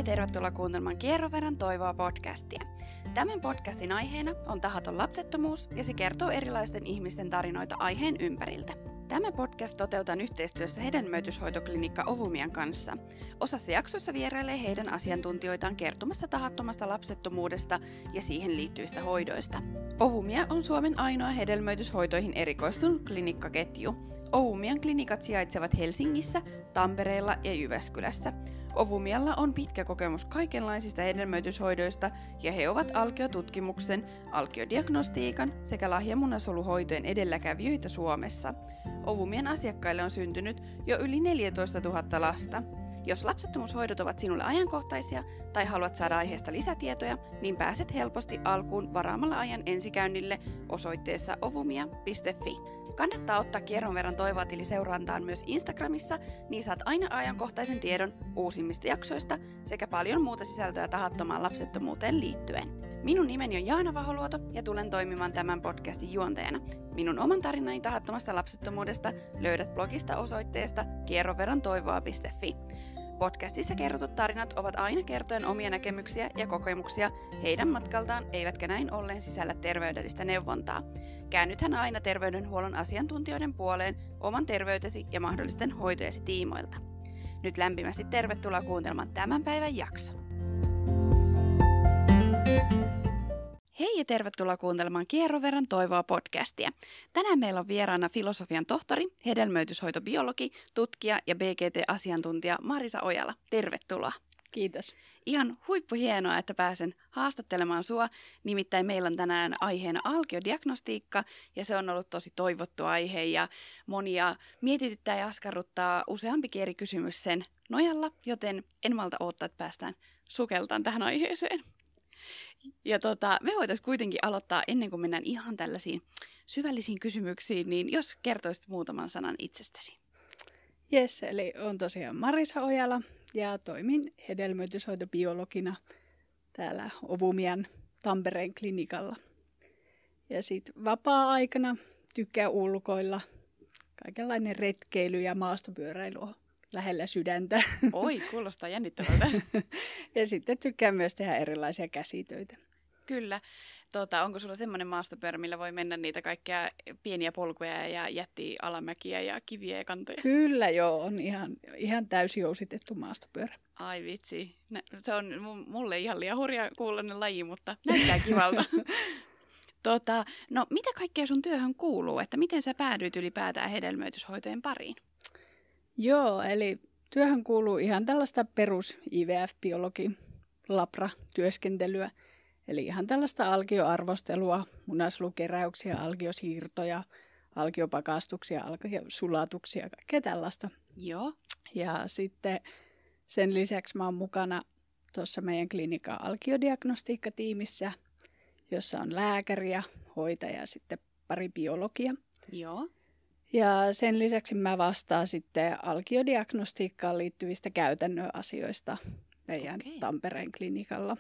ja tervetuloa kuuntelemaan Kierron verran toivoa podcastia. Tämän podcastin aiheena on tahaton lapsettomuus ja se kertoo erilaisten ihmisten tarinoita aiheen ympäriltä. Tämä podcast toteutetaan yhteistyössä hedelmöityshoitoklinikka Ovumian kanssa. Osassa jaksoissa vierailee heidän asiantuntijoitaan kertomassa tahattomasta lapsettomuudesta ja siihen liittyvistä hoidoista. Ovumia on Suomen ainoa hedelmöityshoitoihin erikoistunut klinikkaketju. Ovumian klinikat sijaitsevat Helsingissä, Tampereella ja Jyväskylässä. Ovumialla on pitkä kokemus kaikenlaisista hedelmöityshoidoista ja he ovat alkiotutkimuksen, alkiodiagnostiikan sekä lahjamunasoluhoitojen edelläkävijöitä Suomessa. Ovumian asiakkaille on syntynyt jo yli 14 000 lasta. Jos lapsettomuushoidot ovat sinulle ajankohtaisia tai haluat saada aiheesta lisätietoja, niin pääset helposti alkuun varaamalla ajan ensikäynnille osoitteessa ovumia.fi. Kannattaa ottaa Kierron verran toivoa-tili seurantaan myös Instagramissa, niin saat aina ajankohtaisen tiedon uusimmista jaksoista sekä paljon muuta sisältöä tahattomaan lapsettomuuteen liittyen. Minun nimeni on Jaana Vaholuoto ja tulen toimimaan tämän podcastin juontajana. Minun oman tarinani tahattomasta lapsettomuudesta löydät blogista osoitteesta kierronverrantoivoa.fi. Podcastissa kerrotut tarinat ovat aina kertoen omia näkemyksiä ja kokemuksia heidän matkaltaan, eivätkä näin ollen sisällä terveydellistä neuvontaa. Käännythän aina terveydenhuollon asiantuntijoiden puoleen oman terveytesi ja mahdollisten hoitojesi tiimoilta. Nyt lämpimästi tervetuloa kuuntelemaan tämän päivän jakso. Hei ja tervetuloa kuuntelemaan Kierron verran toivoa podcastia. Tänään meillä on vieraana filosofian tohtori, hedelmöityshoitobiologi, tutkija ja BGT-asiantuntija Marisa Ojala. Tervetuloa. Kiitos. Ihan huippuhienoa, että pääsen haastattelemaan sua. Nimittäin meillä on tänään aiheena alkiodiagnostiikka ja se on ollut tosi toivottu aihe ja monia mietityttää ja askarruttaa useampikin eri kysymys sen nojalla, joten en malta odottaa, että päästään sukeltaan tähän aiheeseen. Ja me voitaisiin kuitenkin aloittaa ennen kuin mennään ihan tällaisiin syvällisiin kysymyksiin, niin jos kertoisit muutaman sanan itsestäsi. Jes, eli olen tosiaan Marisa Ojala ja toimin hedelmöityshoitobiologina täällä Ovumian Tampereen klinikalla. Ja sitten vapaa-aikana tykkään ulkoilla, kaikenlainen retkeily ja maastopyöräily on lähellä sydäntä. Oi, kuulostaa jännittävältä. Ja sitten tykkään myös tehdä erilaisia käsitöitä. Kyllä. Onko sulla semmoinen maastopyörä, millä voi mennä niitä kaikkia pieniä polkuja ja jättiä alamäkiä ja kiviä ja kantoja? Kyllä joo, on ihan täysjousitettu maastopyörä. Ai vitsi. Se on mulle ihan liian hurja kuuloinen laji, mutta näyttää kivalta. No mitä kaikkea sun työhön kuuluu? Että miten sä päädyit ylipäätään hedelmöityshoitojen pariin? Joo, eli työhön kuuluu ihan tällaista perus IVF-biologi labra-työskentelyä. Eli ihan tällaista alkioarvostelua, munasolukeräyksiä, alkiosiirtoja, alkiopakastuksia, alkiosulatuksia, kaikkea tällaista. Joo. Ja sitten sen lisäksi mä oon mukana tuossa meidän klinikan alkiodiagnostiikkatiimissä, jossa on lääkäri ja hoitaja ja sitten pari biologia. Joo. Ja sen lisäksi mä vastaan sitten alkiodiagnostiikkaan liittyvistä käytännön asioista meidän Tampereen klinikalla.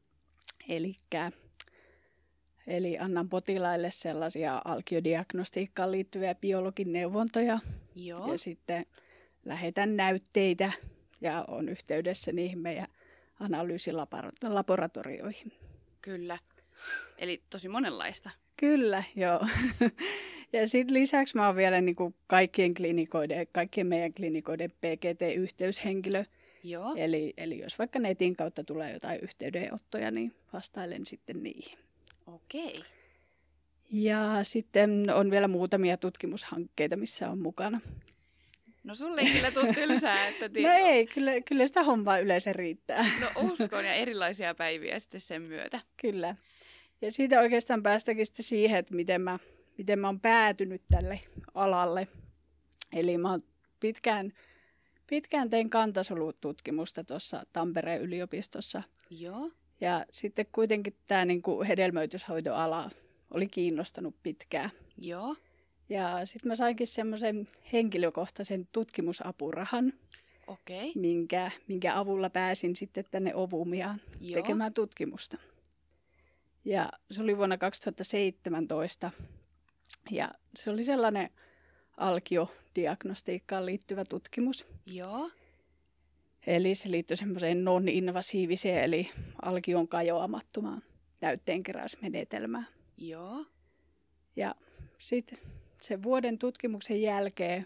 Eli annan potilaille sellaisia alkiodiagnostiikkaan liittyviä biologin neuvontoja. Joo. Ja sitten lähetän näytteitä ja on yhteydessä niihin meidän analyysilaboratorioihin. Kyllä. Eli tosi monenlaista. Kyllä, joo. Ja sitten lisäksi mä oon vielä niinku kaikkien meidän klinikoiden PGT-yhteyshenkilö. Joo. Eli jos vaikka netin kautta tulee jotain yhteydenottoja, niin vastailen sitten niihin. Okei. Ja sitten on vielä muutamia tutkimushankkeita, missä on mukana. No sulle ei kyllä tule tylsää. Että No ei, kyllä sitä hommaa yleensä riittää. No uskon ja erilaisia päiviä sitten sen myötä. Kyllä. Ja siitä oikeastaan päästäkin sitten siihen, että miten mä oon päätynyt tälle alalle. Eli mä oon pitkään tein kantasolututkimusta tuossa Tampereen yliopistossa. Joo. Ja sitten kuitenkin tämä niinku hedelmöityshoitoala oli kiinnostanut pitkään. Joo. Ja sitten mä sainkin semmoisen henkilökohtaisen tutkimusapurahan, minkä avulla pääsin sitten tänne Ovumiaan tekemään tutkimusta. Ja se oli vuonna 2017. Ja se oli sellainen alkiodiagnostiikkaan liittyvä tutkimus. Joo. Eli se liittyy semmoiseen non-invasiiviseen, eli alkion kajoamattomaan näytteenkeräysmenetelmään. Joo. Ja sitten sen vuoden tutkimuksen jälkeen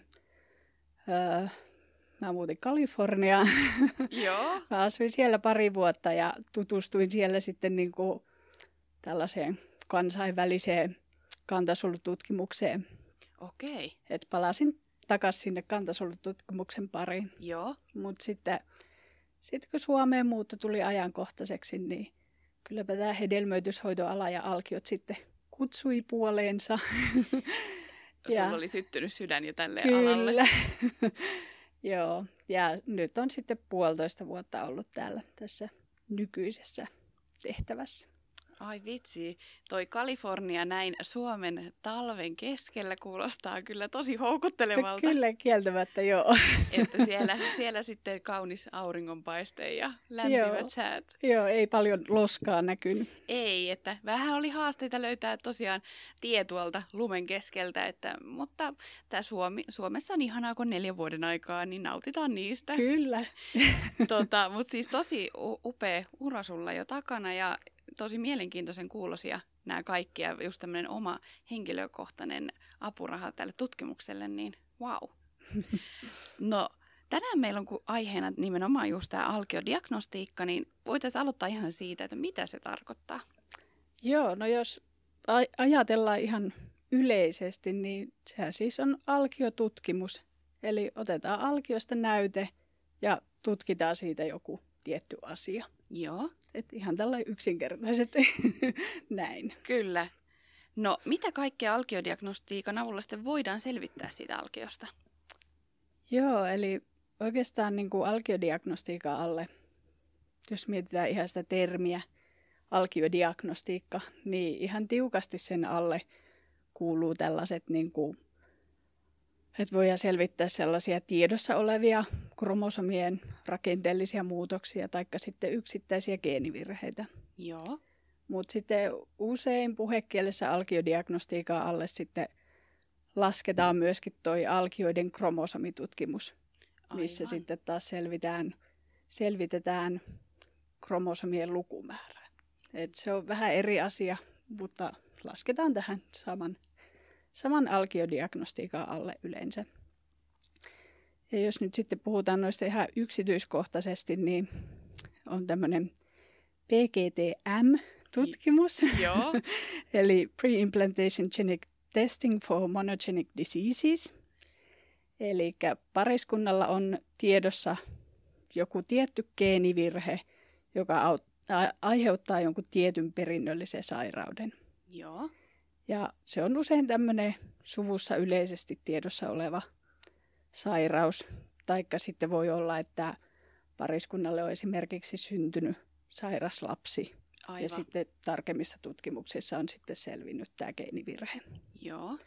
mä muutin Kaliforniaan. Joo. Mä asuin siellä pari vuotta ja tutustuin siellä sitten niin kuin tällaiseen kansainväliseen kantasolututkimukseen. Okei. Et palasin takaisin sinne kantasolututkimuksen pariin. Joo. Mutta sitten kun Suomeen muutto tuli ajankohtaiseksi, niin kylläpä tämä hedelmöityshoitoala ja alkiot sitten kutsui puoleensa. Sulla oli syttynyt sydän jo tälle kyllä. alalle. Joo, ja nyt on sitten 1,5 vuotta ollut täällä tässä nykyisessä tehtävässä. Ai vitsi, toi Kalifornia näin Suomen talven keskellä kuulostaa kyllä tosi houkuttelevalta. Kyllä, kieltämättä joo. Että siellä sitten kaunis auringonpaiste ja lämpimät säät. Joo, ei paljon loskaa näkynyt. Ei, että vähän oli haasteita löytää tosiaan tie tuolta lumen keskeltä, mutta tää Suomessa on ihanaa, kun 4 vuoden aikaa, niin nautitaan niistä. Kyllä. Mutta siis tosi upea ura sulla jo takana ja tosi mielenkiintoisen kuulosia nämä kaikki ja just tämmöinen oma henkilökohtainen apuraha tälle tutkimukselle, niin wow. No tänään meillä on aiheena nimenomaan just tämä alkiodiagnostiikka, niin voitaisiin aloittaa ihan siitä, että mitä se tarkoittaa. Joo, no jos ajatellaan ihan yleisesti, niin sehän siis on alkiotutkimus. Eli otetaan alkiosta näyte ja tutkitaan siitä joku tietty asia. Joo. Et ihan tällainen yksinkertaisesti näin. Kyllä. No mitä kaikkea alkiodiagnostiikan avulla sitten voidaan selvittää siitä alkiosta? Joo, eli oikeastaan niin kuin alkiodiagnostiikan alle, jos mietitään ihan sitä termiä alkiodiagnostiikka, niin ihan tiukasti sen alle kuuluu tällaiset, niin kuin, että voidaan selvittää sellaisia tiedossa olevia kromosomien rakenteellisia muutoksia tai sitten yksittäisiä geenivirheitä. Joo. Mutta sitten usein puhekielessä alkiodiagnostiikan alle sitten lasketaan myöskin toi alkioiden kromosomitutkimus, missä Aivan. sitten taas selvitetään kromosomien lukumäärää. Et se on vähän eri asia, mutta lasketaan tähän saman alkiodiagnostiikan alle yleensä. Ja jos nyt sitten puhutaan noista ihan yksityiskohtaisesti, niin on tämmöinen PGT-M-tutkimus, Joo. eli Pre-Implantation Genetic Testing for Monogenic Diseases. Eli pariskunnalla on tiedossa joku tietty geenivirhe, joka aiheuttaa jonkun tietyn perinnöllisen sairauden. Joo. Ja se on usein tämmöinen suvussa yleisesti tiedossa oleva sairaus. Taikka sitten voi olla, että pariskunnalle on esimerkiksi syntynyt sairas lapsi. Aivan. Ja sitten tarkemmissa tutkimuksissa on sitten selvinnyt tämä geenivirhe. Joo.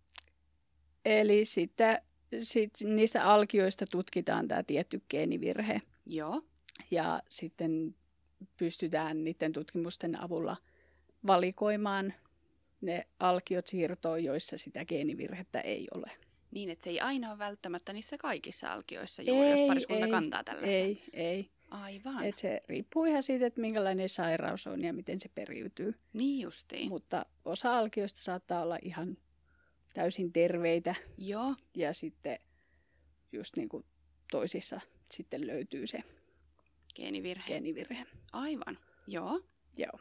Eli sitten niistä alkioista tutkitaan tämä tietty geenivirhe. Joo. Ja sitten pystytään niiden tutkimusten avulla valikoimaan ne alkiot siirtoon, joissa sitä geenivirhettä ei ole. Niin, että se ei aina ole välttämättä niissä kaikissa alkioissa juuri, jos pariskunta kantaa tällaista. Ei. Aivan. Et se riippuu ihan siitä, että minkälainen sairaus on ja miten se periytyy. Niin justiin. Mutta osa alkioista saattaa olla ihan täysin terveitä. Joo. Ja sitten just niin kuin toisissa sitten löytyy se geenivirhe. Aivan. Joo. Joo.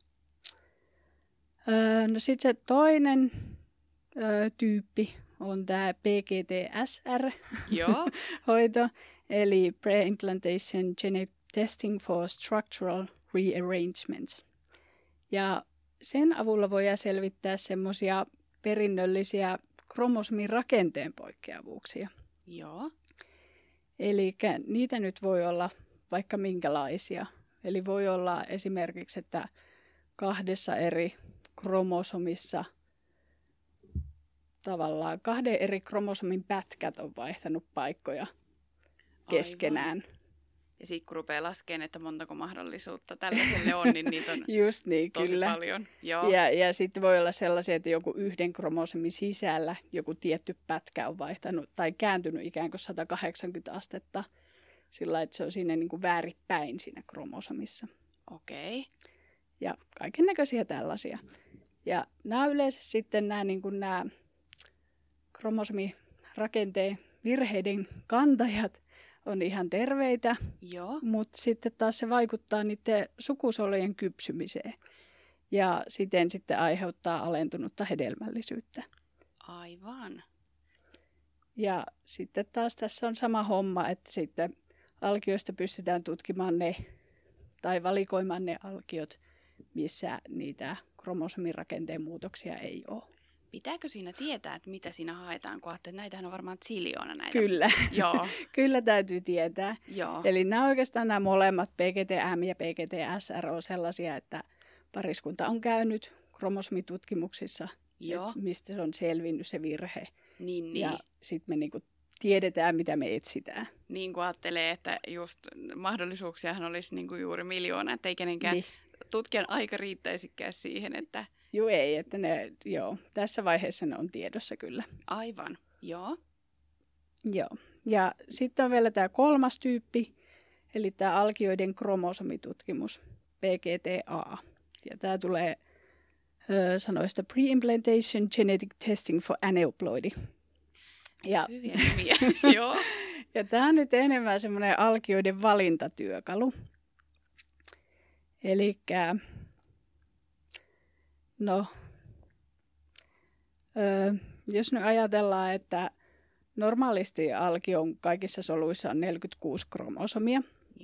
No sitten se toinen tyyppi on tämä PGT-SR-hoito, eli Pre-Implantation Genetic Testing for Structural Rearrangements. Ja sen avulla voidaan selvittää semmoisia perinnöllisiä kromosomin rakenteen poikkeavuuksia. Joo. Eli niitä nyt voi olla vaikka minkälaisia. Eli voi olla esimerkiksi, että 2 eri kromosomissa tavallaan 2 eri kromosomin pätkät on vaihtanut paikkoja keskenään. Aivan. Ja sitten kun rupeaa laskemaan, että montako mahdollisuutta tällaiselle on, niin niitä on just niin, tosi kyllä. paljon. Joo. Ja sitten voi olla sellaisia, että joku yhden kromosomin sisällä joku tietty pätkä on vaihtanut tai kääntynyt ikään kuin 180 astetta sillä että se on siinä niin kuin väärinpäin siinä kromosomissa. Okei. Ja kaiken näköisiä tällaisia. Ja nämä yleensä sitten nämä kromosomirakenteen virheiden kantajat on ihan terveitä, mutta sitten taas se vaikuttaa niiden sukusolujen kypsymiseen ja siten sitten aiheuttaa alentunutta hedelmällisyyttä. Aivan. Ja sitten taas tässä on sama homma, että sitten alkioista pystytään tutkimaan ne tai valikoimaan ne alkiot, missä niitä kromosomirakenteen muutoksia ei ole. Pitääkö siinä tietää, että mitä siinä haetaan, kun ajattelee, että näitähän on varmaan ziljoona näitä? Kyllä, Joo. Kyllä täytyy tietää. Joo. Eli nämä molemmat, PGT-M ja PGT-SR, on sellaisia, että pariskunta on käynyt kromosomitutkimuksissa, mistä se on selvinnyt se virhe. Niin. Ja sitten me niinku tiedetään, mitä me etsitään. Niin kuin ajattelee, että just mahdollisuuksiahan olisi niinku juuri miljoona, että ei kenenkään tutkijan aika riittäisikään siihen, että... Joo, ei, että tässä vaiheessa ne on tiedossa kyllä. Aivan, joo. Joo, ja sitten on vielä tämä 3. tyyppi, eli tämä alkioiden kromosomitutkimus, PGT-A. Ja tämä tulee sanoista Pre-Implantation Genetic Testing for Aneuploidy. Ja, hyviä nimiä, joo. Ja tämä on nyt enemmän semmoinen alkioiden valintatyökalu. Elikkä, jos nyt ajatellaan, että normaalisti alkion kaikissa soluissa on 46 kromosomia,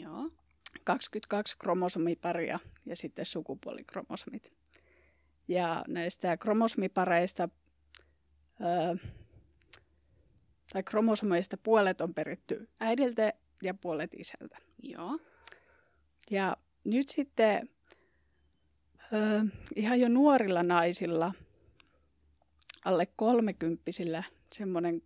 22 kromosomiparia ja sitten sukupuolikromosomit. Ja näistä kromosomipareista tai kromosomeista puolet on peritty äidiltä ja puolet isältä. Joo. Ja nyt sitten ihan jo nuorilla naisilla, alle 30-vuotiailla, semmoinen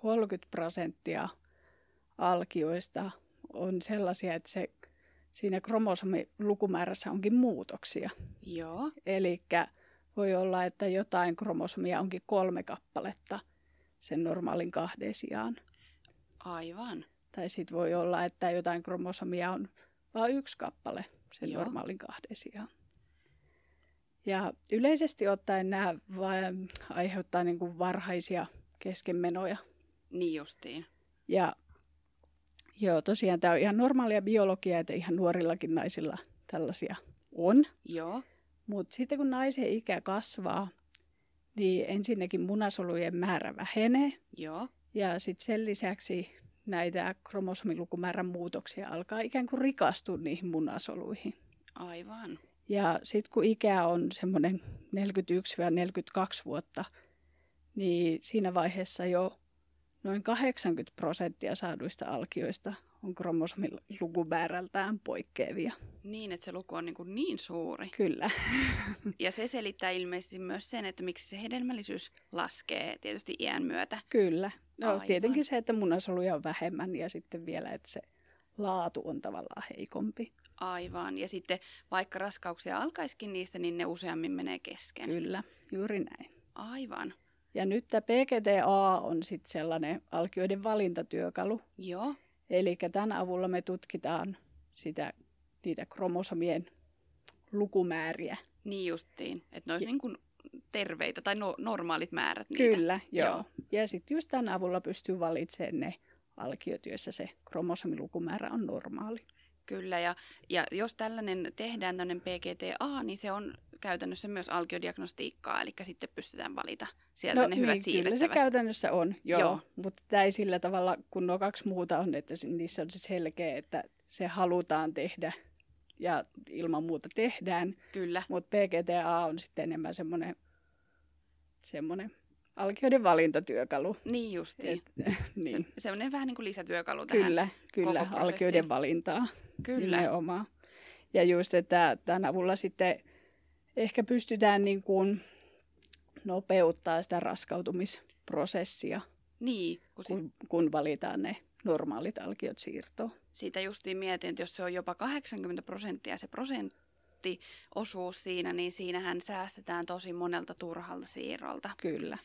30% alkioista on sellaisia, että siinä kromosomilukumäärässä onkin muutoksia. Joo. Elikkä voi olla, että jotain kromosomia onkin 3 kappaletta sen normaalin 2 sijaan. Aivan. Tai sitten voi olla, että jotain kromosomia on vain 1 kappale sen normaalin 2 sijaan. Ja yleisesti ottaen nämä aiheuttaa niin kuin varhaisia keskenmenoja. Niin justiin. Ja tosiaan tämä on ihan normaalia biologiaa, että ihan nuorillakin naisilla tällaisia on. Joo. Mutta sitten kun naisen ikä kasvaa, niin ensinnäkin munasolujen määrä vähenee. Joo. Ja sitten sen lisäksi näitä kromosomilukumäärän muutoksia alkaa ikään kuin rikastua niihin munasoluihin. Aivan. Ja sitten kun ikä on semmoinen 41-42 vuotta, niin siinä vaiheessa jo noin 80% saaduista alkioista on kromosomilukumäärältään poikkeavia. Niin, että se luku on niin suuri. Kyllä. Ja se selittää ilmeisesti myös sen, että miksi se hedelmällisyys laskee tietysti iän myötä. Kyllä. Tietenkin se, että munasoluja on vähemmän ja sitten vielä, että se laatu on tavallaan heikompi. Aivan. Ja sitten vaikka raskauksia alkaisikin niistä, niin ne useammin menee kesken. Kyllä, juuri näin. Aivan. Ja nyt tämä PGT-A on sitten sellainen alkioiden valintatyökalu. Joo. Eli tämän avulla me tutkitaan niitä kromosomien lukumääriä. Niin justiin, että ne olisi niin kuin terveitä tai normaalit määrät niitä. Kyllä, joo. Ja sitten just tämän avulla pystyy valitsemaan ne alkiot, joissa se kromosomilukumäärä on normaali. Kyllä, ja jos tällainen tehdään tämmöinen PGT-A, niin se on käytännössä myös alkiodiagnostiikkaa, eli sitten pystytään valita sieltä ne hyvät siirrettävät. Kyllä se käytännössä on, joo. Mutta tämä ei sillä tavalla, kun nuo 2 muuta on, että niissä on se selkeä, että se halutaan tehdä ja ilman muuta tehdään. Kyllä. Mutta PGT-A on sitten enemmän semmoinen alkioiden valintatyökalu. Niin justiin. Niin. Semmoinen vähän niin kuin lisätyökalu tähän Kyllä, alkioiden valintaa. Kyllä. Nimenomaan. Ja just, että tämän avulla sitten ehkä pystytään niin kuin nopeuttaa sitä raskautumisprosessia, niin, kun valitaan ne normaalit alkiot siirtoon. Siitä justiin mietin, että jos se on jopa 80% se prosenttiosuus siinä, niin siinähän säästetään tosi monelta turhalta siirrolta. Kyllä.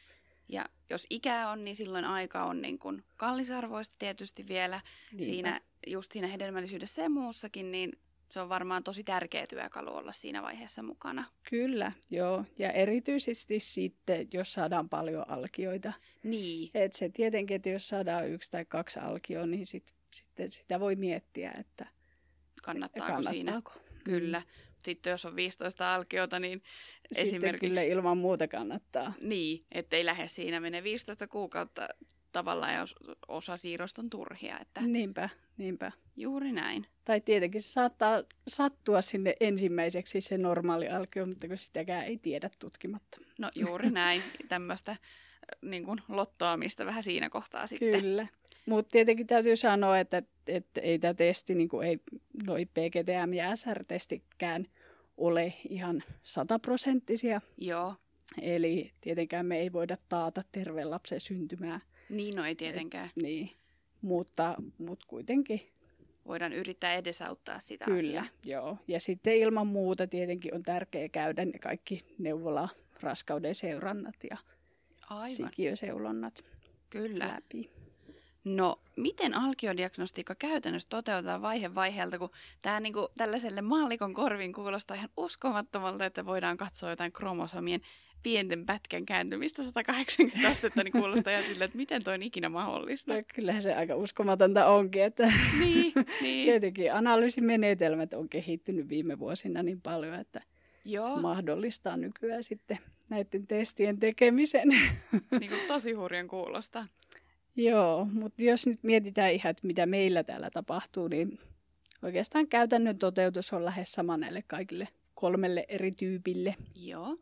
Ja jos ikää on, niin silloin aika on niin kuin kallisarvoista tietysti vielä just siinä hedelmällisyydessä ja muussakin, niin se on varmaan tosi tärkeä työkalu olla siinä vaiheessa mukana. Kyllä, joo. Ja erityisesti sitten, jos saadaan paljon alkioita. Niin. Et se tietenkin, että jos saadaan 1 tai 2 alkioa, niin sitten sitä voi miettiä, että kannattaako siinä. Kyllä. Sitten jos on 15 alkiota, niin sitten esimerkiksi kyllä ilman muuta kannattaa. Niin, ettei lähde siinä mene 15 kuukautta tavallaan, ja osa siirrosta on turhia. Että Niinpä. Juuri näin. Tai tietenkin se saattaa sattua sinne ensimmäiseksi se normaali alkio, mutta kun sitäkään ei tiedä tutkimatta. No juuri näin. Tämmöistä niin kuin lottoamista vähän siinä kohtaa sitten. Kyllä. Mutta tietenkin täytyy sanoa, että ei tämä testi, niin kuin ei noi PGTM- ja SR-testikään ole ihan 100%. Joo. Eli tietenkään me ei voida taata terveen lapsen syntymää. Niin, no ei tietenkään. Niin, mutta kuitenkin. Voidaan yrittää edesauttaa sitä Kyllä, asiaa. joo. Ja sitten ilman muuta tietenkin on tärkeää käydä ne kaikki neuvola-raskauden seurannat ja sikiöseulonnat läpi. No, miten alkiodiagnostiikka käytännössä toteutetaan vaihe vaiheelta, kun tämä niinku tällaiselle maallikon korviin kuulostaa ihan uskomattomalta, että voidaan katsoa jotain kromosomien pienten pätkän kääntymistä 180 astetta, niin kuulostaa ihan silleen, että miten toi on ikinä mahdollista. No, kyllähän se aika uskomatonta onkin, että niin. Tietenkin analyysimenetelmät on kehittynyt viime vuosina niin paljon, että Joo. mahdollistaa nykyään sitten näiden testien tekemisen. Niin kuin tosi hurjan kuulostaa. Joo, mutta jos nyt mietitään ihan, että mitä meillä täällä tapahtuu, niin oikeastaan käytännön toteutus on lähes sama näille kaikille 3 eri tyypille. Joo.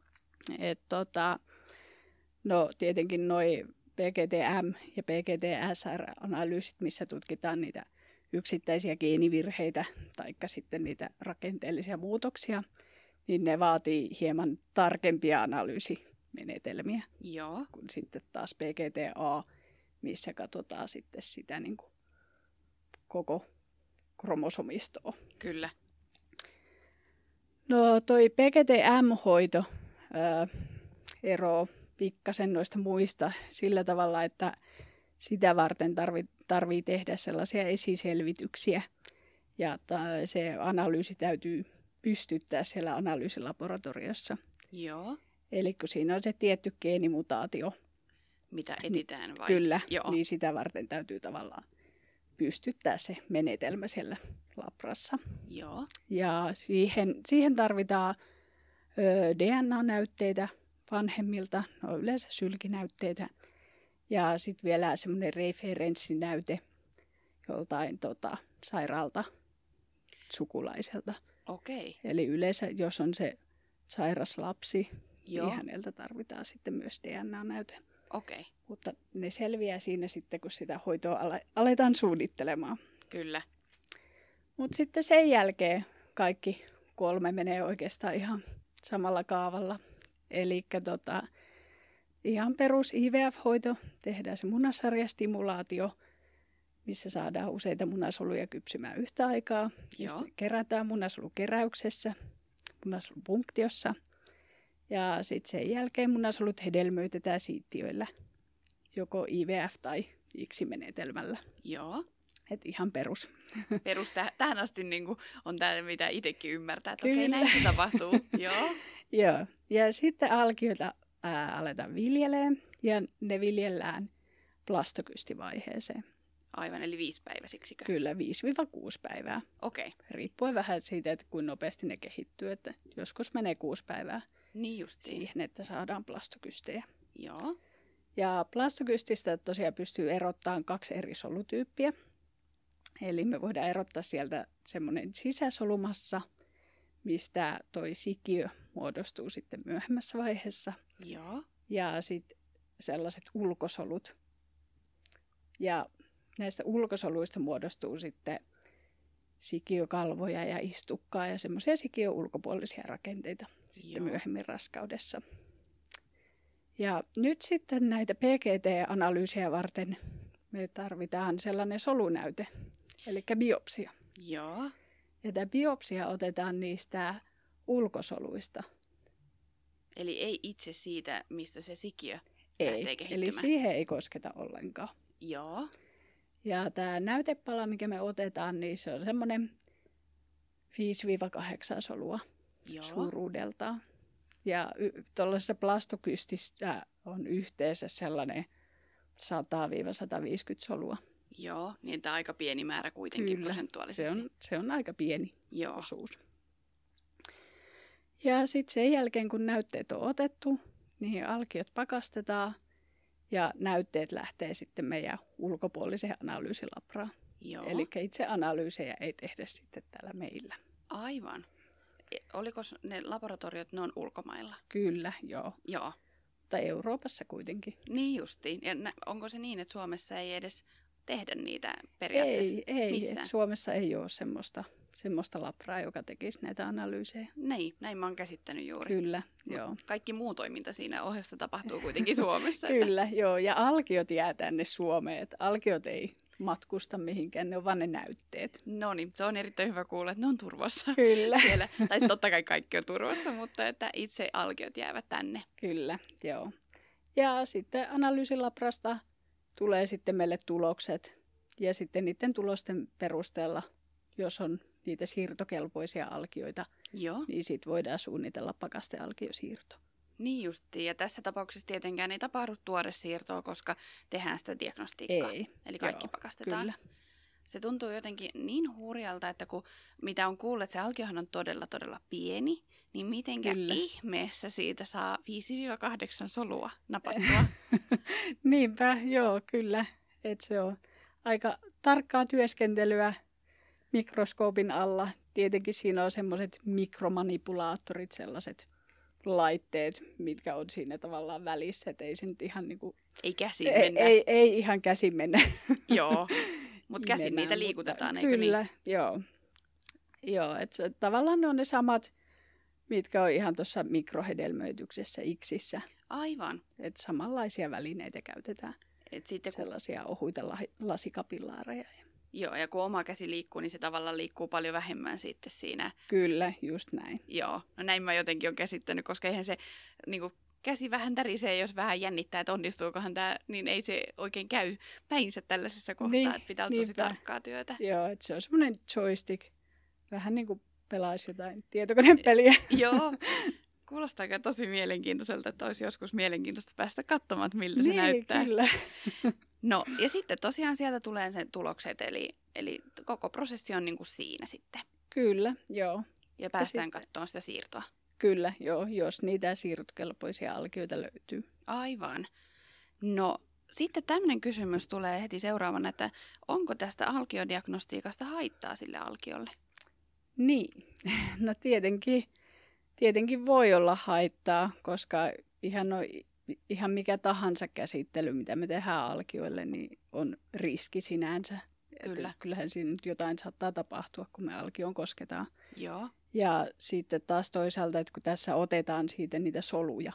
No tietenkin noi PGTM ja PGT-SR-analyysit, missä tutkitaan niitä yksittäisiä geenivirheitä tai sitten niitä rakenteellisia muutoksia, niin ne vaatii hieman tarkempia analyysimenetelmiä. Joo. Kuin sitten taas PGT-A, missä katsotaan sitten sitä niin kuin koko kromosomistoa. Kyllä. No toi PGT-M-hoito eroaa pikkasen noista muista sillä tavalla, että sitä varten tarvii tehdä sellaisia esiselvityksiä. Ja se analyysi täytyy pystyttää siellä analyysilaboratoriossa. Joo. Eli kun siinä on se tietty geenimutaatio. Mitä etitään vai? Kyllä, Joo. Niin sitä varten täytyy tavallaan pystyttää se menetelmä siellä labrassa. Joo. Ja siihen tarvitaan DNA-näytteitä vanhemmilta, no yleensä sylkinäytteitä. Ja sitten vielä semmoinen referenssinäyte joltain sairaalta sukulaiselta. Okei. Eli yleensä, jos on se sairas lapsi, Joo. niin häneltä tarvitaan sitten myös DNA-näyte. Okei. Mutta ne selviää siinä sitten, kun sitä hoitoa aletaan suunnittelemaan. Kyllä. Mutta sitten sen jälkeen kaikki 3 menee oikeastaan ihan samalla kaavalla. Eli ihan perus IVF-hoito, tehdään se munasarjastimulaatio, missä saadaan useita munasoluja kypsymään yhtä aikaa. Ja sitten kerätään munasolukeräyksessä, munasolupunktiossa. Ja sitten sen jälkeen munasolut hedelmöitetään siittiöillä, joko IVF- tai ICSI-menetelmällä. Joo. Et ihan perus. Perus tähän asti niin on tämä, mitä itsekin ymmärtää, että okei, näin se tapahtuu. Joo. Joo. Ja sitten alkioita aletaan viljelemään ja ne viljellään blastokystivaiheeseen. Aivan, eli 5-päiväisiksikö? Kyllä, 5-6 päivää. Okei. Riippuen vähän siitä, että kuinka nopeasti ne kehittyy. Että joskus menee 6 päivää niin justiin. Siihen, että saadaan blastokystejä. Joo. Ja blastokystistä tosiaan pystyy erottamaan 2 eri solutyyppiä. Eli me voidaan erottaa sieltä semmoinen sisäsolumassa, mistä toi sikiö muodostuu sitten myöhemmässä vaiheessa. Joo. Ja sitten sellaiset ulkosolut. Ja näistä ulkosoluista muodostuu sitten sikiökalvoja ja istukkaa ja semmoisia sikiön ulkopuolisia rakenteita sitten myöhemmin raskaudessa. Ja nyt sitten näitä PGT-analyysiä varten me tarvitaan sellainen solunäyte, eli biopsia. Joo. Ja tämä biopsia otetaan niistä ulkosoluista. Eli ei itse siitä, mistä se sikiö lähtee kehittymään? Eli siihen ei kosketa ollenkaan. Joo. Ja tämä näytepala, mikä me otetaan, niin se on semmoinen 5-8 solua suuruudeltaan. Ja tuollaisessa plastokystissä on yhteensä sellainen 100-150 solua. Joo, niin tämä aika pieni määrä kuitenkin prosentuaalisesti. Se on aika pieni osuus. Ja sitten sen jälkeen, kun näytteet on otettu, niin alkiot pakastetaan ja näytteet lähtee sitten meidän ulkopuoliseen analyysilabraan. Eli itse analyysejä ei tehdä sitten täällä meillä. Aivan. Oliko ne laboratoriot, ne on ulkomailla? Kyllä, joo. Joo. Tai Euroopassa kuitenkin. Niin justiin. Ja onko se niin, että Suomessa ei edes tehdä niitä periaatteessa Ei. Suomessa ei ole semmoista labraa, joka tekisi näitä analyysejä. Näin mä oon käsittänyt juuri. Kyllä, joo. Kaikki muu toiminta siinä ohessa tapahtuu kuitenkin Suomessa. Kyllä, joo. Ja alkiot jää tänne Suomeen. Että alkiot ei matkusta mihinkään, ne on vaan ne näytteet. No niin, se on erittäin hyvä kuulla, että ne on turvassa. Kyllä. Siellä. Tai totta kai kaikki on turvassa, mutta että itse alkiot jäävät tänne. Kyllä, joo. Ja sitten analyysilabrasta tulee sitten meille tulokset. Ja sitten niiden tulosten perusteella, jos on niitä siirtokelpoisia alkioita, niin sitten voidaan suunnitella pakastealkiosiirto. Niin justiin. Ja tässä tapauksessa tietenkään ei tapahdu tuoresiirtoa, koska tehdään sitä diagnostiikkaa. Eli kaikki pakastetaan. Kyllä. Se tuntuu jotenkin niin hurjalta, että mitä on kuullut, että se alkiohan on todella, todella pieni, niin mitenkä ihmeessä siitä saa 5-8 solua napattua? Niinpä, joo, kyllä. Että se on aika tarkkaa työskentelyä mikroskoopin alla. Tietenkin siinä on semmoiset mikromanipulaattorit, sellaiset laitteet, mitkä on siinä tavallaan välissä, että ei se nyt ihan niinku... Ei käsin mennä. Ei ihan käsin mennä. Joo, mutta käsin niitä liikutetaan, eikö kyllä, niin? Joo. Joo, että tavallaan ne on ne samat, mitkä on ihan tuossa mikrohedelmöityksessä iksissä. Aivan. Että samanlaisia välineitä käytetään. Et sitten, sellaisia ohuita lasikapillaareja. Joo, ja kun oma käsi liikkuu, niin se tavallaan liikkuu paljon vähemmän sitten siinä. Kyllä, just näin. Joo, no näin mä jotenkin olen käsittänyt, koska eihän se käsi vähän tärisee, jos vähän jännittää, että onnistuukohan tämä, niin ei se oikein käy päinsä tällaisessa kohtaa, että pitää olla tosi tarkkaa työtä. Joo, että se on semmoinen joystick, vähän niin kuin pelaisi jotain tietokonepeliä. Joo, kuulostaa tosi mielenkiintoiselta, että olisi joskus mielenkiintoista päästä katsomaan, miltä se näyttää. Kyllä. No, ja sitten tosiaan sieltä tulee sen tulokset, eli koko prosessi on niin kuin siinä sitten. Kyllä, joo. Ja päästään katsomaan sitä siirtoa. Kyllä, joo, jos niitä siirtokelpoisia alkioita löytyy. Aivan. No, sitten tämmöinen kysymys tulee heti seuraavana, että onko tästä alkiodiagnostiikasta haittaa sille alkiolle? Niin, no tietenkin voi olla haittaa, koska ihan mikä tahansa käsittely, mitä me tehdään alkioille, niin on riski sinänsä. Kyllä. Että kyllähän siinä nyt jotain saattaa tapahtua, kun me alkioon kosketaan. Joo. Ja sitten taas toisaalta, että kun tässä otetaan siitä niitä soluja,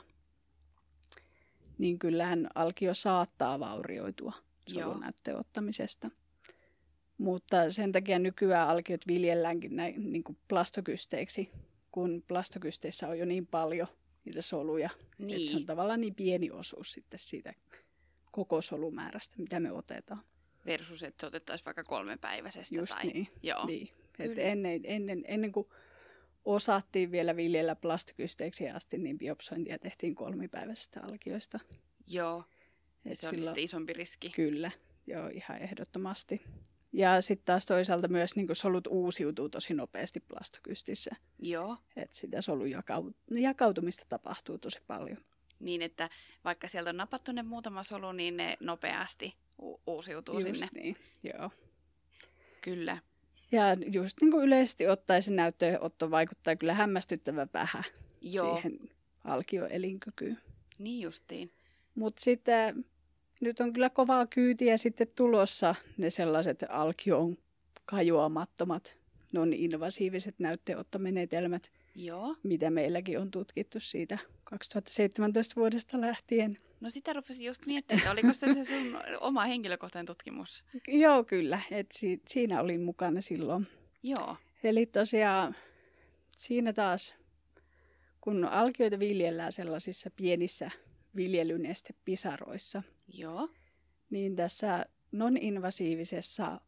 niin kyllähän alkio saattaa vaurioitua solunäytteen ottamisesta. Mutta sen takia nykyään alkiot viljelläänkin näin niin kuin plastokysteiksi, kun plastokysteissä on jo niin paljon niitä soluja. Niin. Että se on tavallaan niin pieni osuus sitten siitä koko solumäärästä, mitä me otetaan. Versus, että se otettaisiin vaikka 3-päiväisestä. Just tai... niin. Joo. Niin. Että ennen kuin osattiin vielä viljellä plastokysteiksi asti, niin biopsointia tehtiin 3-päiväisestä alkioista. Joo, se oli sitten isompi riski. Kyllä, joo, ihan ehdottomasti. Ja sitten taas toisaalta myös niin solut uusiutuu tosi nopeasti plastokystissä. Joo. Että sitä solun jakautumista tapahtuu tosi paljon. Niin, että vaikka sieltä on napattu ne muutama solu, niin ne nopeasti uusiutuu just sinne. Niin, joo. Kyllä. Ja just niin kuin yleisesti ottaen se näytteenotto vaikuttaa kyllä hämmästyttävän vähän siihen alkioelinkykyyn. Niin justiin. Mutta sitten nyt on kyllä kovaa kyytiä sitten tulossa ne sellaiset alkioon kajoamattomat, non-invasiiviset näytteenottomenetelmät, mitä meilläkin on tutkittu siitä 2017 vuodesta lähtien. No sitä rupesin just miettimään, että oliko se sun oma henkilökohtainen tutkimus? Joo, kyllä. Siinä olin mukana silloin. Joo. Eli tosiaan siinä taas, kun alkioita viljellään sellaisissa pienissä viljelynestepisaroissa. Joo. Niin tässä non-invasiivisessa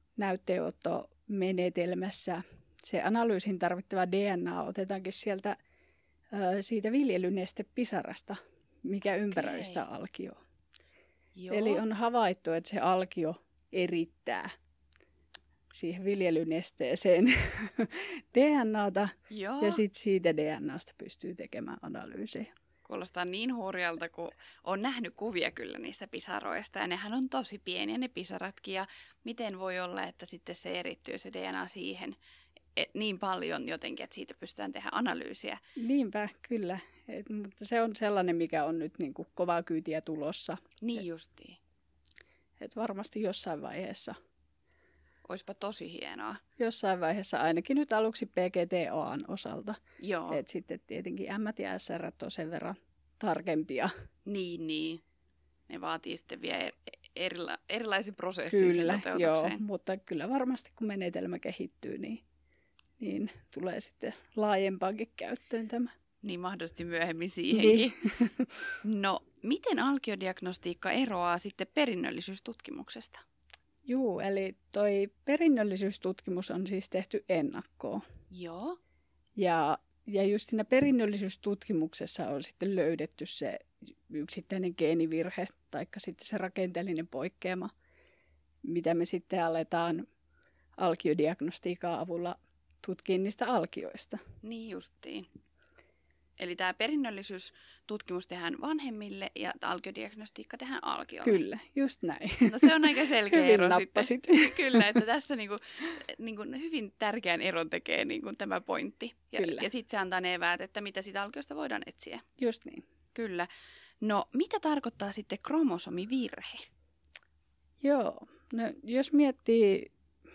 näytteenottomenetelmässä se analyysin tarvittava DNA otetaankin siitä viljelynestepisarasta, mikä ympäröi sitä alkioa. Joo. Eli on havaittu, että se alkio erittää siihen viljelynesteeseen DNAta. Joo. Ja sitten siitä DNAsta pystyy tekemään analyysejä. Kuulostaa niin hurjalta, kun on nähnyt kuvia kyllä niistä pisaroista. Ja nehän on tosi pieniä ne pisaratkin. Ja miten voi olla, että sitten se erittyy se DNA siihen niin paljon jotenkin, että siitä pystytään tehdä analyysiä. Niinpä, kyllä. Mutta se on sellainen, mikä on nyt niin kuin kovaa kyytiä tulossa. Niin justiin. Et varmasti jossain vaiheessa. Oispa tosi hienoa. Jossain vaiheessa ainakin nyt aluksi PGT-A:n osalta. Joo. Et sitten tietenkin M ja SR on sen verran tarkempia. Niin. Ne vaatii sitten vielä erilaisen prosessin sen toteutukseen. Joo, mutta kyllä varmasti kun menetelmä kehittyy, niin tulee sitten laajempaankin käyttöön tämä. Niin mahdollisesti myöhemmin siihenkin. Niin. No, miten alkiodiagnostiikka eroaa sitten perinnöllisyystutkimuksesta? Joo, eli toi perinnöllisyystutkimus on siis tehty ennakkoon. Joo. Ja just siinä perinnöllisyystutkimuksessa on sitten löydetty se yksittäinen geenivirhe tai sitten se rakenteellinen poikkeama, mitä me sitten aletaan alkiodiagnostiikan avulla tutkia niistä alkioista. Niin justiin. Eli tämä perinnöllisyystutkimus tehdään vanhemmille ja alkiodiagnostiikka tehdään alkiolle. Kyllä, just näin. No se on aika selkeä ero nappasit. Sitten. Kyllä, että tässä niinku hyvin tärkeän eron tekee niinku tämä pointti. Ja sitten se antaa ne eväät, että mitä siitä alkiosta voidaan etsiä. Just niin. Kyllä. No mitä tarkoittaa sitten kromosomivirhe? Joo, no jos miettii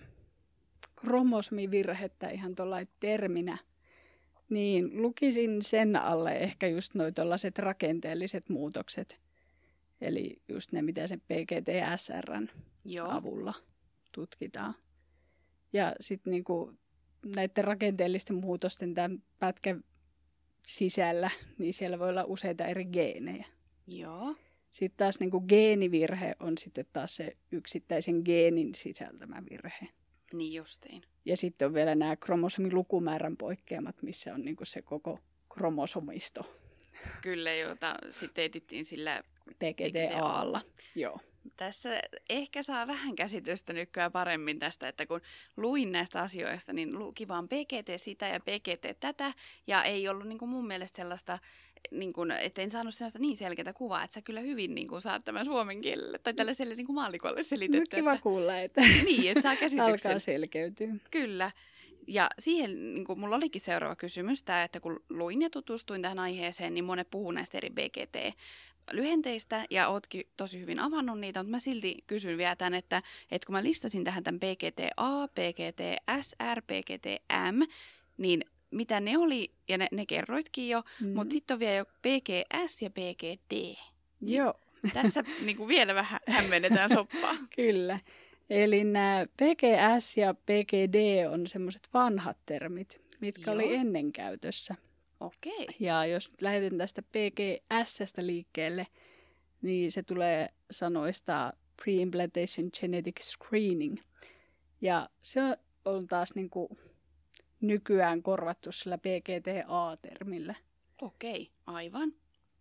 kromosomivirhettä ihan tuollainen terminä, niin lukisin sen alle ehkä just noi tollaiset rakenteelliset muutokset. Eli just ne, mitä sen PGT-SR:n avulla tutkitaan. Ja sitten niinku näiden rakenteellisten muutosten tämän pätkän sisällä, niin siellä voi olla useita eri geenejä. Joo. Sitten taas niinku geenivirhe on sitten taas se yksittäisen geenin sisältämä virhe. Niin justiin. Ja sitten on vielä nämä kromosomilukumäärän poikkeamat, missä on niinku se koko kromosomisto. Kyllä, jota sitten etittiin sillä PGT-A:lla. Joo. Tässä ehkä saa vähän käsitystä nykyään paremmin tästä, että kun luin näistä asioista, niin luki vaan PGT sitä ja PGT tätä. Ja ei ollut niin kuin mun mielestä sellaista, niin kuin, että en saanut sellaista niin selkeää kuvaa, että sä kyllä hyvin niin kuin saat tämän suomen kielelle tai tällaiselle niin kuin maalikolle selitetty. Kiva että kuulla, että niin, että saa käsityksen. Alkaa selkeytyä. Kyllä. Ja siihen niin kuin mulla olikin seuraava kysymys, tämä, että kun luin ja tutustuin tähän aiheeseen, niin monet puhuu näistä eri BGT-lyhenteistä ja ootkin tosi hyvin avannut niitä, mutta mä silti kysyn vielä tämän, että kun mä listasin tähän tämän PGT-A, PGT-SR, PGT-M, niin mitä ne oli, ja ne kerroitkin jo, mutta sitten on vielä jo PGS ja PGD. Joo. Tässä niin kuin vielä vähän hämmennetään soppaa. Kyllä. Eli nämä PGS ja PGD on semmoiset vanhat termit, mitkä oli ennen käytössä. Okei. Ja jos lähdetään tästä PGS:stä liikkeelle, niin se tulee sanoista Pre-Implantation Genetic Screening. Ja se on taas niin kuin nykyään korvattu sillä PGT-A-termillä. Okei, aivan.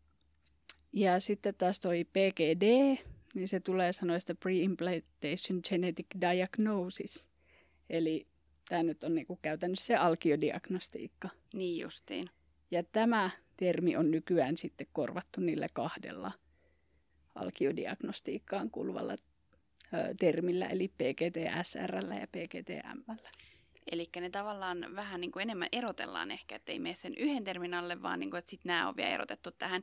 Ja sitten taas toi PGD, niin se tulee sanoista Pre-Implantation Genetic Diagnosis. Eli tämä nyt on niinku käytännössä se alkiodiagnostiikka. Niin justiin. Ja tämä termi on nykyään sitten korvattu niillä kahdella alkiodiagnostiikkaan kuuluvalla termillä, eli PGT-SR:llä ja PGT-M:llä. Eli ne tavallaan vähän niin kuin enemmän erotellaan ehkä, että ei mene sen yhden termin alle, vaan niin kuin, että sitten nämä on vielä erotettu tähän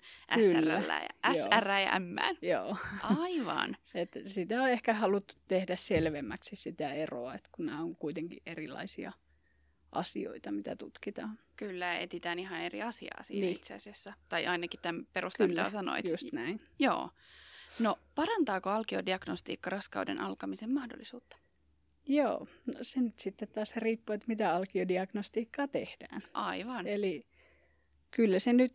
SR ja M. Joo. Aivan. Että sitä on ehkä haluttu tehdä selvemmäksi sitä eroa, että kun nämä on kuitenkin erilaisia asioita, mitä tutkitaan. Kyllä, etitään ihan eri asiaa siinä itse asiassa. Tai ainakin tämän perusteella, mitä sanoit. Just näin. Joo. No, parantaako alkiodiagnostiikka raskauden alkamisen mahdollisuutta? Joo, no se nyt sitten taas riippuu, että mitä alkiodiagnostiikkaa tehdään. Aivan. Eli kyllä se nyt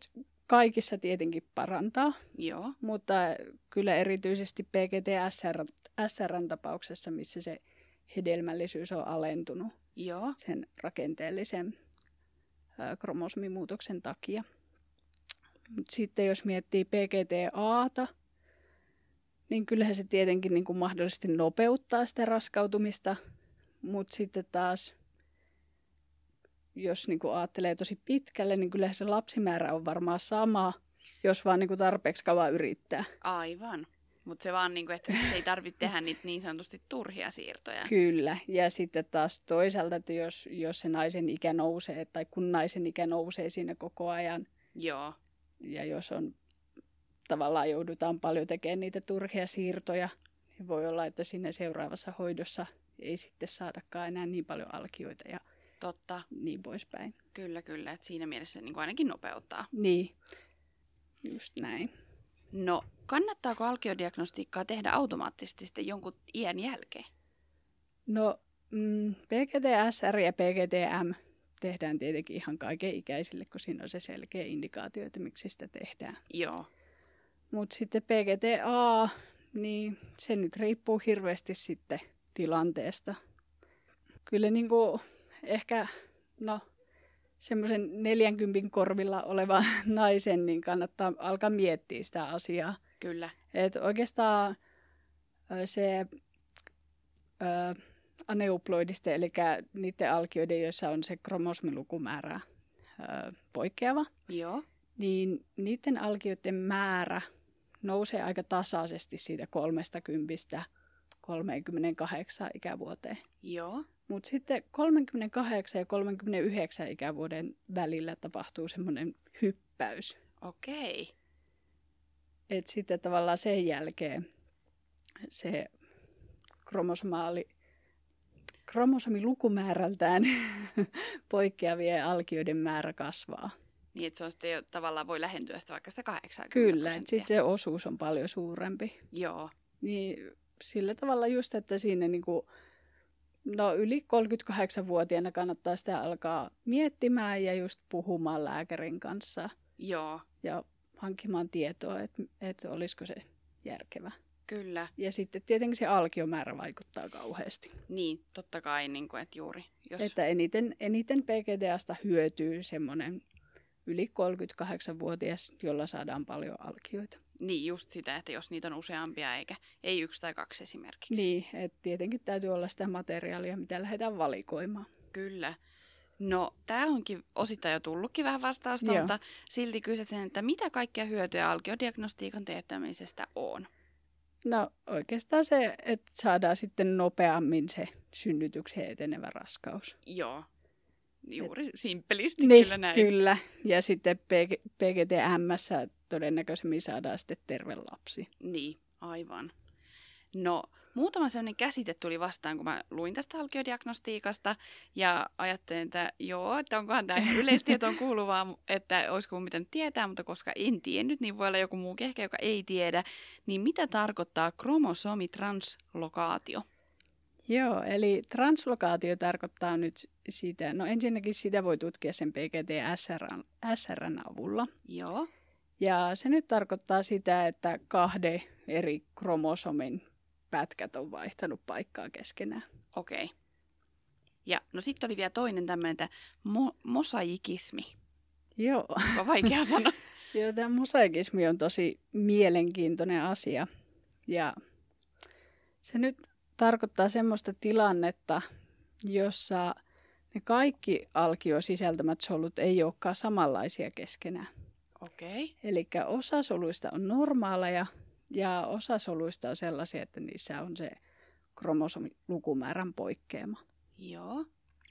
kaikissa tietenkin parantaa, Joo. mutta kyllä erityisesti PGT-SR:n tapauksessa, missä se hedelmällisyys on alentunut Joo. sen rakenteellisen kromosomimuutoksen takia. Mut sitten jos miettii PGT-A:ta, niin kyllähän se tietenkin niin kuin mahdollisesti nopeuttaa sitä raskautumista, mutta sitten taas, jos niin kuin ajattelee tosi pitkälle, niin kyllähän se lapsimäärä on varmaan sama, jos vaan niin kuin tarpeeksi kauan yrittää. Aivan. Mutta se vaan, että ei tarvitse tehdä niitä niin sanotusti turhia siirtoja. Kyllä. Ja sitten taas toisaalta, että jos se naisen ikä nousee, tai kun naisen ikä nousee siinä koko ajan, Joo. ja jos on tavallaan joudutaan paljon tekemään niitä turhia siirtoja, niin voi olla, että siinä seuraavassa hoidossa ei sitten saadakaan enää niin paljon alkioita ja Totta. niin poispäin. Kyllä. Että siinä mielessä se niin kuin ainakin nopeuttaa. Niin, just näin. No, kannattaako alkiodiagnostiikkaa tehdä automaattisesti sitten jonkun iän jälkeen? No, PGT-SR ja PGT-M tehdään tietenkin ihan kaiken ikäisille, kun siinä on se selkeä indikaatio, että miksi sitä tehdään. Joo. Mutta sitten PGT-A, niin se nyt riippuu hirveästi sitten tilanteesta. Kyllä niin kuin ehkä, semmoisen 40 korvilla oleva naisen, niin kannattaa alkaa miettiä sitä asiaa. Kyllä. Että oikeastaan se aneuploidisten, eli niiden alkioiden, joissa on se kromosomilukumäärä poikkeava, Joo. niin niiden alkioiden määrä nousee aika tasaisesti siitä 30-38 ikävuoteen. Joo. Mutta sitten 38 ja 39 ikävuoden välillä tapahtuu semmoinen hyppäys. Okei. Et sitten tavallaan sen jälkeen se kromosomilukumäärältään poikkeavien alkioiden määrä kasvaa. Niin, että se on sitten jo, tavallaan voi lähentyä sitä vaikka sitä 80%. Kyllä, että sitten se osuus on paljon suurempi. Joo. Niin sillä tavalla just, että siinä niinku, yli 38-vuotiaana kannattaa sitä alkaa miettimään ja just puhumaan lääkärin kanssa. Joo. Ja hankkimaan tietoa, että olisiko se järkevä. Kyllä. Ja sitten tietenkin se alkiomäärä vaikuttaa kauheasti. Niin, totta kai, että juuri. Jos... Että eniten PGT-stä hyötyy semmoinen yli 38-vuotias, jolla saadaan paljon alkioita. Niin, just sitä, että jos niitä on useampia, ei 1 tai 2 esimerkiksi. Niin, että tietenkin täytyy olla sitä materiaalia, mitä lähdetään valikoimaan. Kyllä. No, tämä onkin osittain jo tullutkin vähän vastausta, Joo. mutta silti kysyisin, että mitä kaikkea hyötyä alkiodiagnostiikan teettämisestä on? No oikeastaan se, että saadaan sitten nopeammin se synnytykseen etenevä raskaus. Joo, juuri simppelisti Niin, kyllä näin. Kyllä, ja sitten PGT-M:ssä todennäköisemmin saadaan sitten terve lapsi. Niin, aivan. No, muutama sellainen käsite tuli vastaan, kun mä luin tästä alkiodiagnostiikasta ja ajattelin, että että onkohan tämä ihan yleistietoon kuuluvaa, että olisiko mun pitänyt tietää, mutta koska en tiennyt, niin voi olla joku muukin ehkä, joka ei tiedä. Niin mitä tarkoittaa kromosomitranslokatio? Joo, eli translokaatio tarkoittaa nyt sitä, ensinnäkin sitä voi tutkia sen PGT-SR:n avulla. Joo. Ja se nyt tarkoittaa sitä, että 2 eri kromosomin pätkät on vaihtanut paikkaa keskenään. Okei. Ja no sitten oli vielä toinen tämmöinen, että mosaikismi. Joo. Onko vaikea sanoa? Joo, tämä mosaikismi on tosi mielenkiintoinen asia. Ja se nyt tarkoittaa semmoista tilannetta, jossa ne kaikki alkiosisältämät solut ei olekaan samanlaisia keskenään. Okei. Eli osa soluista on normaaleja ja osa soluista on sellaisia, että niissä on se kromosomilukumäärän poikkeama. Joo.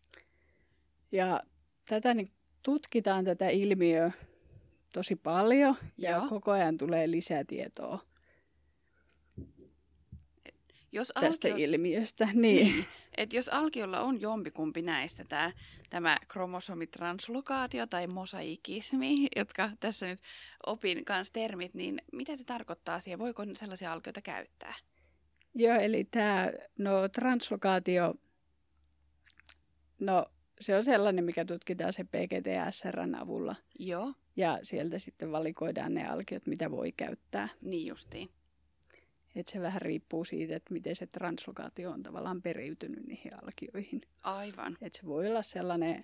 Ja tutkitaan tätä ilmiöä tosi paljon ja Joo. koko ajan tulee lisätietoa tästä ilmiöstä. Niin. Että jos alkiolla on jompikumpi näistä, tämä kromosomitranslokatio tai mosaikismi, jotka tässä nyt opin kanssa termit, niin mitä se tarkoittaa siihen? Voiko sellaisia alkioita käyttää? Joo, eli tämä translokaatio, se on sellainen, mikä tutkitaan se PGT-SR:n avulla. Joo. Ja sieltä sitten valikoidaan ne alkiot, mitä voi käyttää. Niin justiin. Että se vähän riippuu siitä, että miten se translokaatio on tavallaan periytynyt niihin alkioihin. Aivan. Että se voi olla sellainen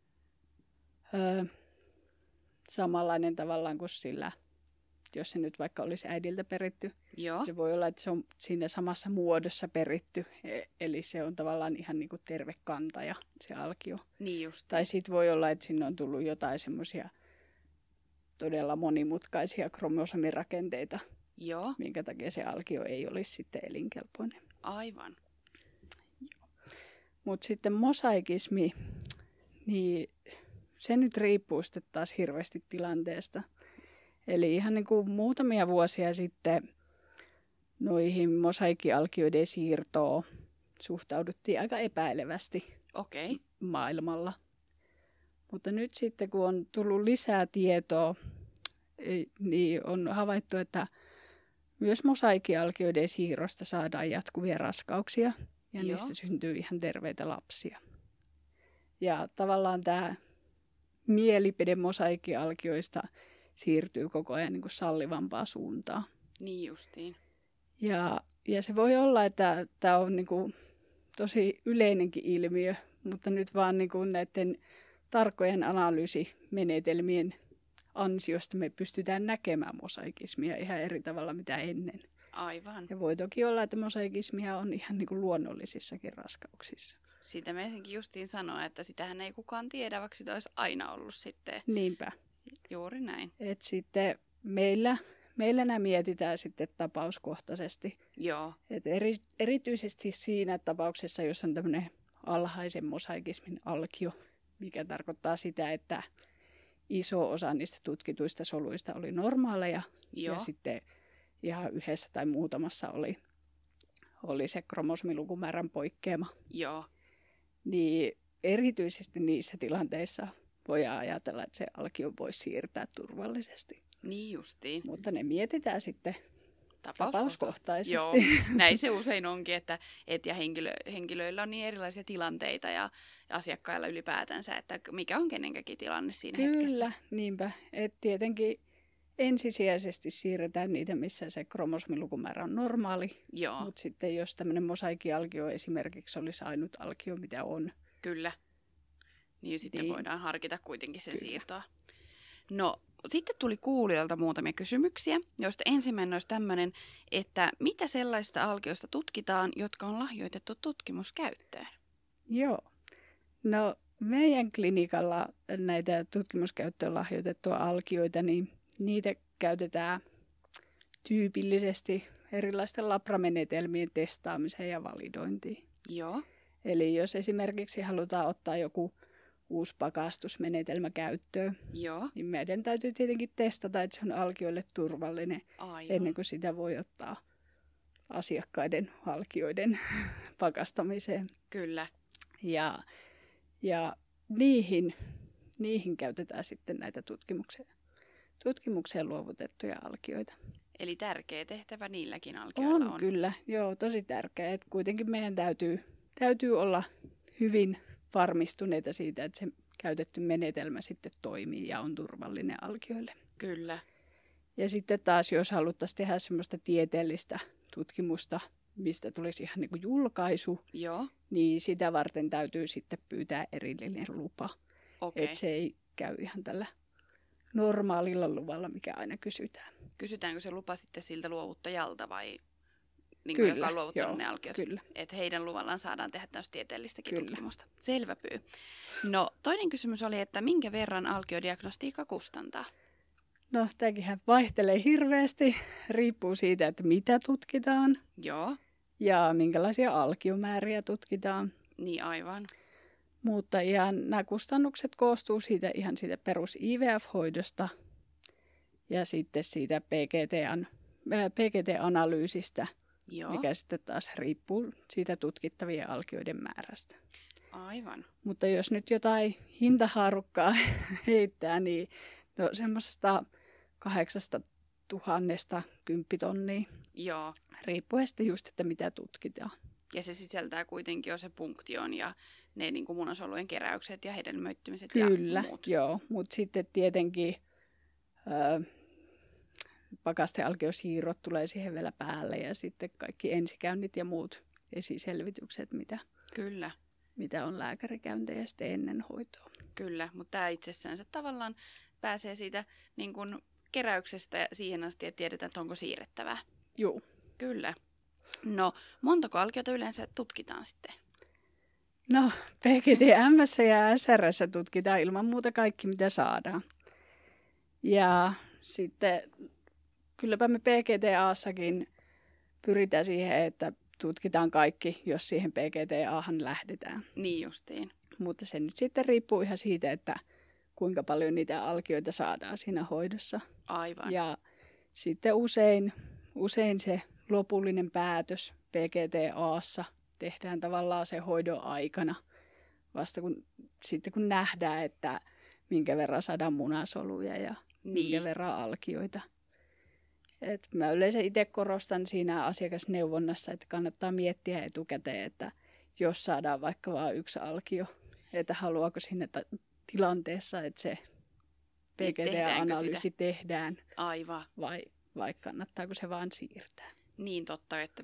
samanlainen tavallaan kuin sillä, jos se nyt vaikka olisi äidiltä peritty. Joo. Se voi olla, että se on siinä samassa muodossa peritty. Eli se on tavallaan ihan niin kuin terve kantaja, se alkio. Niin just. Tai sitten voi olla, että sinne on tullut jotain semmoisia todella monimutkaisia kromosomirakenteita. Joo. Minkä takia se alkio ei olisi sitten elinkelpoinen. Aivan. Mutta sitten mosaikismi, niin se nyt riippuu sitten taas hirveästi tilanteesta. Eli ihan niin kuin muutamia vuosia sitten noihin mosaikkialkioiden siirtoon suhtauduttiin aika epäilevästi maailmalla. Mutta nyt sitten kun on tullut lisää tietoa, niin on havaittu, että myös mosaikkialkioiden siirrosta saadaan jatkuvia raskauksia ja niistä syntyy ihan terveitä lapsia. Ja tavallaan tämä mielipide mosaikkialkioista siirtyy koko ajan niin kuin sallivampaa suuntaan. Niin justiin. Ja se voi olla, että tämä on niin kuin tosi yleinenkin ilmiö, mutta nyt vaan niin kuin näiden tarkkojen analyysimenetelmien ansiosta me pystytään näkemään mosaikismia ihan eri tavalla mitä ennen. Aivan. Ja voi toki olla, että mosaikismia on ihan niin kuin luonnollisissakin raskauksissa. Sitä me ensinkin justiin sanoa, että sitähän ei kukaan tiedä, vaikka sitä olisi aina ollut sitten. Niinpä. Juuri näin. Et sitten meillä nämä mietitään sitten tapauskohtaisesti. Joo. Et erityisesti siinä tapauksessa, jos on tämmöinen alhaisen mosaikismin alkio, mikä tarkoittaa sitä, että iso osa niistä tutkituista soluista oli normaaleja. Joo. Ja sitten ihan yhdessä tai muutamassa oli se kromosomilukumäärän poikkeama. Joo. Niin erityisesti niissä tilanteissa voidaan ajatella, että se alkio voisi siirtää turvallisesti. Niin justiin. Mutta ne mietitään sitten tapauskohtaisesti. Joo, näin se usein onkin, että henkilöillä on niin erilaisia tilanteita ja asiakkailla ylipäätänsä, että mikä on kenenkäkin tilanne siinä hetkessä. Kyllä, niinpä. Et tietenkin ensisijaisesti siirretään niitä, missä se kromosomilukumäärä on normaali. Joo. Mutta sitten jos tämmöinen mosaikkialkio esimerkiksi olisi ainut alkio, mitä on. Kyllä. Niin sitten voidaan harkita kuitenkin sen siirtoa. No, sitten tuli kuulijoilta muutamia kysymyksiä, joista ensimmäinen olisi tämmöinen, että mitä sellaista alkioista tutkitaan, jotka on lahjoitettu tutkimuskäyttöön? Joo. No, meidän klinikalla näitä tutkimuskäyttöön lahjoitettua alkioita, niin niitä käytetään tyypillisesti erilaisten labramenetelmien testaamiseen ja validointiin. Joo. Eli jos esimerkiksi halutaan ottaa joku uusi pakastusmenetelmä käyttöön, niin meidän täytyy tietenkin testata, että se on alkioille turvallinen. Aivan. Ennen kuin sitä voi ottaa asiakkaiden alkioiden pakastamiseen. Kyllä. Ja niihin käytetään sitten näitä tutkimukseen luovutettuja alkioita. Eli tärkeä tehtävä niilläkin alkioilla on. Kyllä, joo, tosi tärkeä. Et kuitenkin meidän täytyy olla hyvin varmistuneita siitä, että se käytetty menetelmä sitten toimii ja on turvallinen alkioille. Kyllä. Ja sitten taas, jos haluttaisiin tehdä semmoista tieteellistä tutkimusta, mistä tulisi ihan niin kuin julkaisu, niin sitä varten täytyy sitten pyytää erillinen lupa. Että se ei käy ihan tällä normaalilla luvalla, mikä aina kysytään. Kysytäänkö se lupa sitten siltä luovuttajalta vai niin kyllä, joka on luovuttanut ne alkiot? Kyllä. Että heidän luvallaan saadaan tehdä tämmöistä tieteellistäkin tutkimusta. Selvä pyy. No, toinen kysymys oli, että minkä verran alkiodiagnostiikka kustantaa? No, tämäkinhän vaihtelee hirveästi. Riippuu siitä, että mitä tutkitaan. Joo. Ja minkälaisia alkiomääriä tutkitaan. Niin, aivan. Mutta ihan nämä kustannukset koostuu siitä perus IVF-hoidosta ja sitten siitä PGT-analyysistä, mikä sitten taas riippuu siitä tutkittavien alkioiden määrästä. Aivan. Mutta jos nyt jotain hintahaarukkaa heittää, niin semmoista 8 000 10 tonnia. Joo. Riippuen sitten just, että mitä tutkitaan. Ja se sisältää kuitenkin jo se punktion ja ne niin kuin munasolujen keräykset ja hedelmöittymiset Kyllä, ja muut. joo. Mutta sitten tietenkin pakastealkiosiirrot tulee siihen vielä päälle ja sitten kaikki ensikäynnit ja muut esiselvitykset, mitä on lääkärikäyntejä sitten ennen hoitoa. Kyllä, mutta tämä itsessänsä tavallaan pääsee siitä niin kuin keräyksestä siihen asti, että tiedetään, että onko siirrettävää. Joo. Kyllä. No, montako alkiota yleensä tutkitaan sitten? No, PGT-MS ja SRS tutkitaan ilman muuta kaikki, mitä saadaan. Ja sitten kylläpä me PGT-Assakin pyritään siihen, että tutkitaan kaikki, jos siihen PGT-Ahan lähdetään. Niin justiin. Mutta se nyt sitten riippuu ihan siitä, että kuinka paljon niitä alkioita saadaan siinä hoidossa. Aivan. Ja sitten usein se lopullinen päätös PGT-A:ssa tehdään tavallaan se hoidon aikana, vasta kun nähdään, että minkä verran saadaan munasoluja ja minkä verran alkioita. Et mä yleensä itse korostan siinä asiakasneuvonnassa, että kannattaa miettiä etukäteen, että jos saadaan vaikka vain yksi alkio, että haluaako siinä tilanteessa, että se PGT-analyysi tehdään. Aivan. Vai kannattaako se vaan siirtää. Niin totta, että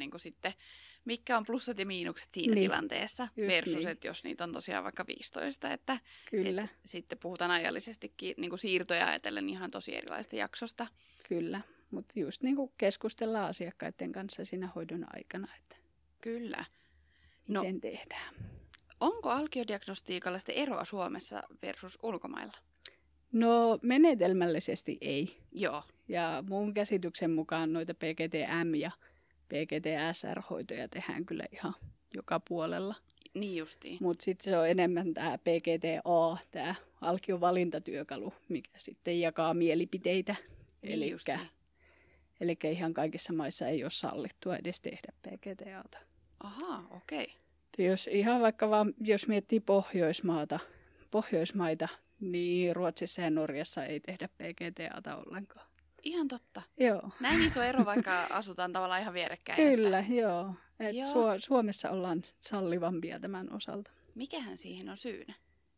mitkä on plussat ja miinukset siinä tilanteessa versus, että jos niitä on tosiaan vaikka 15, että sitten puhutaan ajallisestikin niin kuin siirtoja ajatellen ihan tosi erilaista jaksosta. Kyllä, mutta just niin kuin keskustellaan asiakkaiden kanssa siinä hoidon aikana, että kyllä. Miten tehdään. Onko alkiodiagnostiikalla sitten eroa Suomessa versus ulkomailla? No menetelmällisesti ei. Joo. Ja mun käsityksen mukaan noita PGT-M ja PGT-SR-hoitoja tehdään kyllä ihan joka puolella. Niin justiin. Mutta sitten se on enemmän tämä PGT-A, tämä alkiovalintatyökalu, mikä sitten jakaa mielipiteitä. Niin Eli ihan kaikissa maissa ei ole sallittua edes tehdä PGT-Ata. Ahaa, okei. Jos ihan vaikka vaan, jos miettii Pohjoismaita, niin Ruotsissa ja Norjassa ei tehdä PGT-Ata ollenkaan. Ihan totta. Joo. Näin iso ero, vaikka asutaan tavallaan ihan vierekkäin. Kyllä, joo. Suomessa ollaan sallivampia tämän osalta. Mikähän siihen on syynä?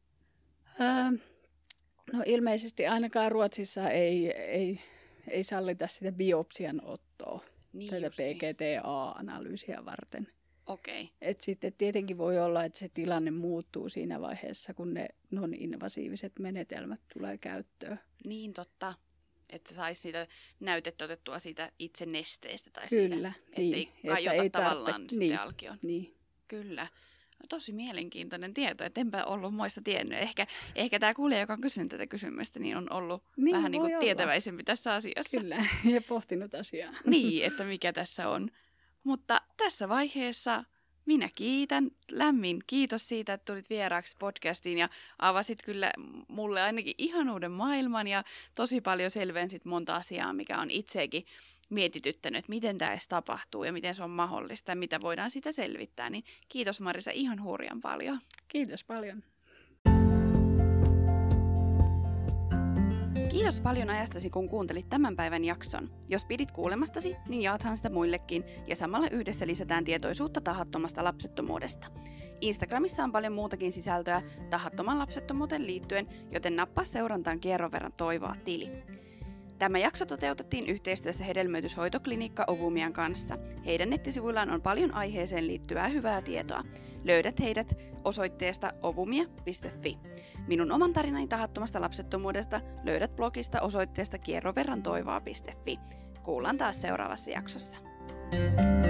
No ilmeisesti ainakaan Ruotsissa ei sallita sitä biopsian ottoa tätä PGT-A-analyysiä varten. Okei. Et sitten tietenkin voi olla, että se tilanne muuttuu siinä vaiheessa, kun ne non-invasiiviset menetelmät tulee käyttöön. Niin totta. Että se saisi sitä näytettä otettua siitä itse nesteestä tai Kyllä, siitä, ettei kajota tavallaan sitten alkioon. Niin. Kyllä. Tosi mielenkiintoinen tieto, että enpä ollut muista tiennyt. Ehkä tämä kuulija, joka on kysynyt tätä kysymystä, niin on ollut vähän niin kuin tietäväisempi tässä asiassa. Kyllä, ja pohtinut asiaa. Niin, että mikä tässä on. Mutta tässä vaiheessa minä kiitän. Lämmin kiitos siitä, että tulit vieraaksi podcastiin ja avasit kyllä mulle ainakin ihan uuden maailman ja tosi paljon selvensit monta asiaa, mikä on itseäkin mietityttänyt, että miten tämä edes tapahtuu ja miten se on mahdollista ja mitä voidaan sitä selvittää. Niin kiitos Marisa ihan hurjan paljon. Kiitos paljon. Kiitos paljon ajastasi, kun kuuntelit tämän päivän jakson. Jos pidit kuulemastasi, niin jaathan sitä muillekin ja samalla yhdessä lisätään tietoisuutta tahattomasta lapsettomuudesta. Instagramissa on paljon muutakin sisältöä tahattoman lapsettomuuteen liittyen, joten nappaa seurantaan Kierron verran toivoa -tili. Tämä jakso toteutettiin yhteistyössä Hedelmöityshoitoklinikka Ovumian kanssa. Heidän nettisivuillaan on paljon aiheeseen liittyvää hyvää tietoa. Löydät heidät osoitteesta ovumia.fi. Minun oman tarinani tahattomasta lapsettomuudesta löydät blogista osoitteesta kierroverrantoivoa.fi. Kuullaan taas seuraavassa jaksossa.